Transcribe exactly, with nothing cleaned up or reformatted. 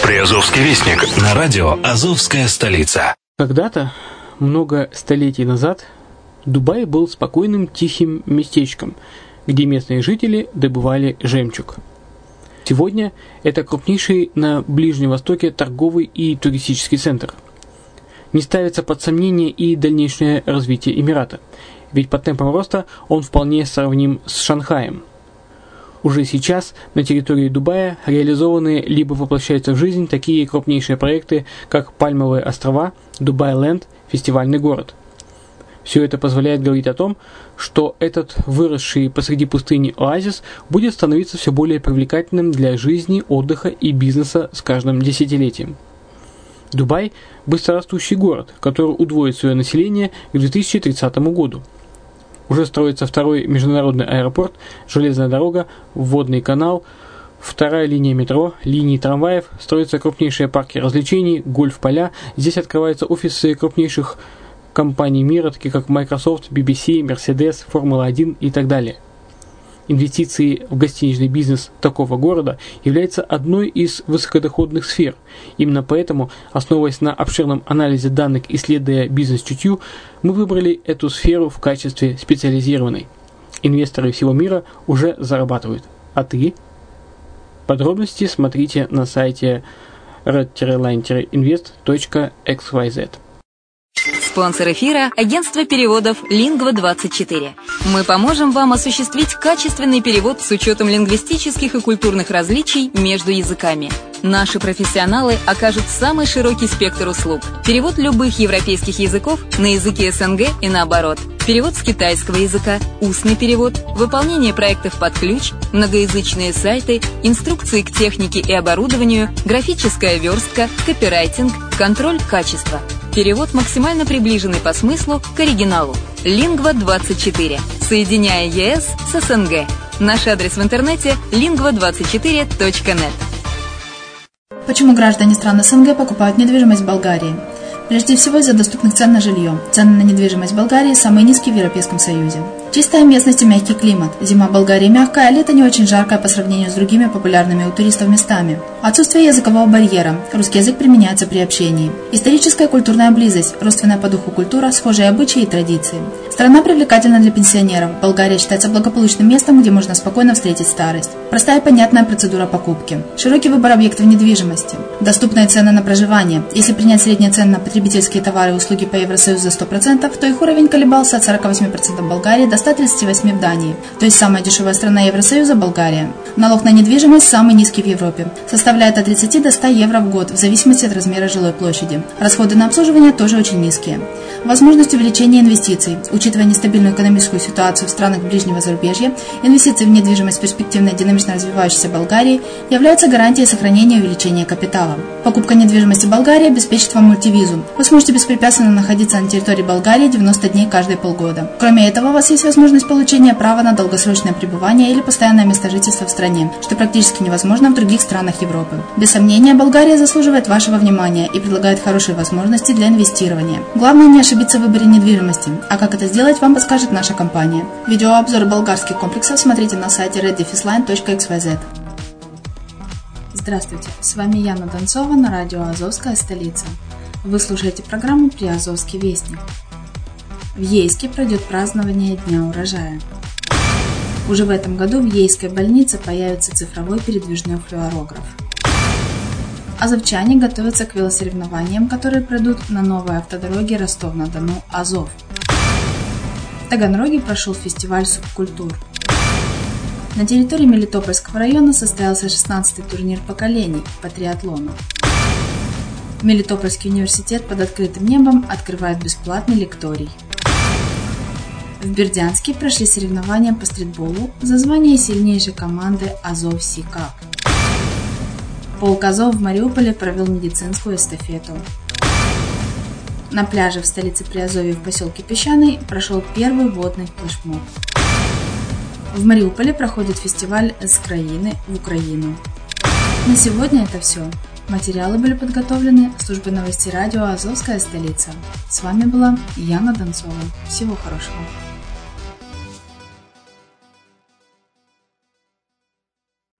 Приазовский вестник на радио «Азовская столица». Когда-то, много столетий назад, Дубай был спокойным тихим местечком, где местные жители добывали жемчуг. Сегодня это крупнейший на Ближнем Востоке торговый и туристический центр. Не ставится под сомнение и дальнейшее развитие Эмирата, ведь по темпам роста он вполне сравним с Шанхаем. Уже сейчас на территории Дубая реализованы либо воплощаются в жизнь такие крупнейшие проекты, как Пальмовые острова, Дубай-Ленд, фестивальный город. Все это позволяет говорить о том, что этот выросший посреди пустыни оазис будет становиться все более привлекательным для жизни, отдыха и бизнеса с каждым десятилетием. Дубай – быстрорастущий город, который удвоит свое население к две тысячи тридцатому году. Уже строится второй международный аэропорт, железная дорога, водный канал, вторая линия метро, линии трамваев, строятся крупнейшие парки развлечений, гольф-поля. Здесь открываются офисы крупнейших компаний мира, таких как Microsoft, би би си, Mercedes, Формула один и так далее. Инвестиции в гостиничный бизнес такого города являются одной из высокодоходных сфер. Именно поэтому, основываясь на обширном анализе данных, исследуя бизнес-чутью, мы выбрали эту сферу в качестве специализированной. Инвесторы всего мира уже зарабатывают. А ты? Подробности смотрите на сайте red line invest точка экс уай зет. Спонсор эфира – агентство переводов лингва двадцать четыре. Мы поможем вам осуществить качественный перевод с учетом лингвистических и культурных различий между языками. Наши профессионалы окажут самый широкий спектр услуг. Перевод любых европейских языков на языки эс эн гэ и наоборот. Перевод с китайского языка, устный перевод, выполнение проектов под ключ, многоязычные сайты, инструкции к технике и оборудованию, графическая верстка, копирайтинг, контроль качества. Перевод максимально приближенный по смыслу к оригиналу. лингва двадцать четыре. Соединяя е эс с эс эн гэ. Наш адрес в интернете лингва двадцать четыре точка нет. Почему граждане стран эс эн гэ покупают недвижимость в Болгарии? Прежде всего из-за доступных цен на жилье. Цены на недвижимость в Болгарии самые низкие в Европейском Союзе. Чистая местность и мягкий климат. Зима в Болгарии мягкая, а лето не очень жаркое по сравнению с другими популярными у туристов местами. Отсутствие языкового барьера. Русский язык применяется при общении. Историческая и культурная близость. Родственная по духу культура, схожие обычаи и традиции. Страна привлекательна для пенсионеров. Болгария считается благополучным местом, где можно спокойно встретить старость. Простая и понятная процедура покупки. Широкий выбор объектов недвижимости. Доступные цены на проживание. Если принять средние цены на потребительские товары и услуги по Евросоюзу за сто процентов, то их уровень колебался от сорок восемь процентов в Болгарии до ста тридцати восьми процентов в Дании. То есть самая дешевая страна Евросоюза – Болгария. Налог на недвижимость самый низкий в Европе. Составляет от тридцати до ста евро в год, в зависимости от размера жилой площади. Расходы на обслуживание тоже очень низкие. Возможность увеличения инвестиций. Учитывая нестабильную экономическую ситуацию в странах ближнего зарубежья, инвестиции в недвижимость в перспективной динамично развивающейся Болгарии являются гарантией сохранения и увеличения капитала. Покупка недвижимости в Болгарии обеспечит вам мультивизу. Вы сможете беспрепятственно находиться на территории Болгарии девяносто дней каждые полгода. Кроме этого, у вас есть возможность получения права на долгосрочное пребывание или постоянное место жительства в стране, что практически невозможно в других странах Европы. Без сомнения, Болгария заслуживает вашего внимания и предлагает хорошие возможности для инвестирования. Главное не ошибиться в выборе недвижимости, а как это сделать, вам подскажет наша компания. Видеообзор болгарских комплексов смотрите на сайте red line точка экс уай зет. Здравствуйте, с вами Яна Донцова на радио «Азовская столица». Вы слушаете программу «Приазовский вестник». В Ейске пройдет празднование Дня урожая. Уже в этом году в Ейской больнице появится цифровой передвижной флюорограф. Азовчане готовятся к велосоревнованиям, которые пройдут на новой автодороге Ростов-на-Дону Азов. В Таганроге прошел фестиваль субкультур. На территории Мелитопольского района состоялся шестнадцатый турнир поколений по триатлону. Мелитопольский университет под открытым небом открывает бесплатный лекторий. В Бердянске прошли соревнования по стритболу за звание сильнейшей команды Азов Сикап. Полк Азов в Мариуполе провел медицинскую эстафету. На пляже в столице Приазовья в поселке Песчаный прошел первый водный флешмоб. В Мариуполе проходит фестиваль «С краины в Украину». На сегодня это все. Материалы были подготовлены службой новостей радио «Азовская столица». С вами была Яна Донцова. Всего хорошего.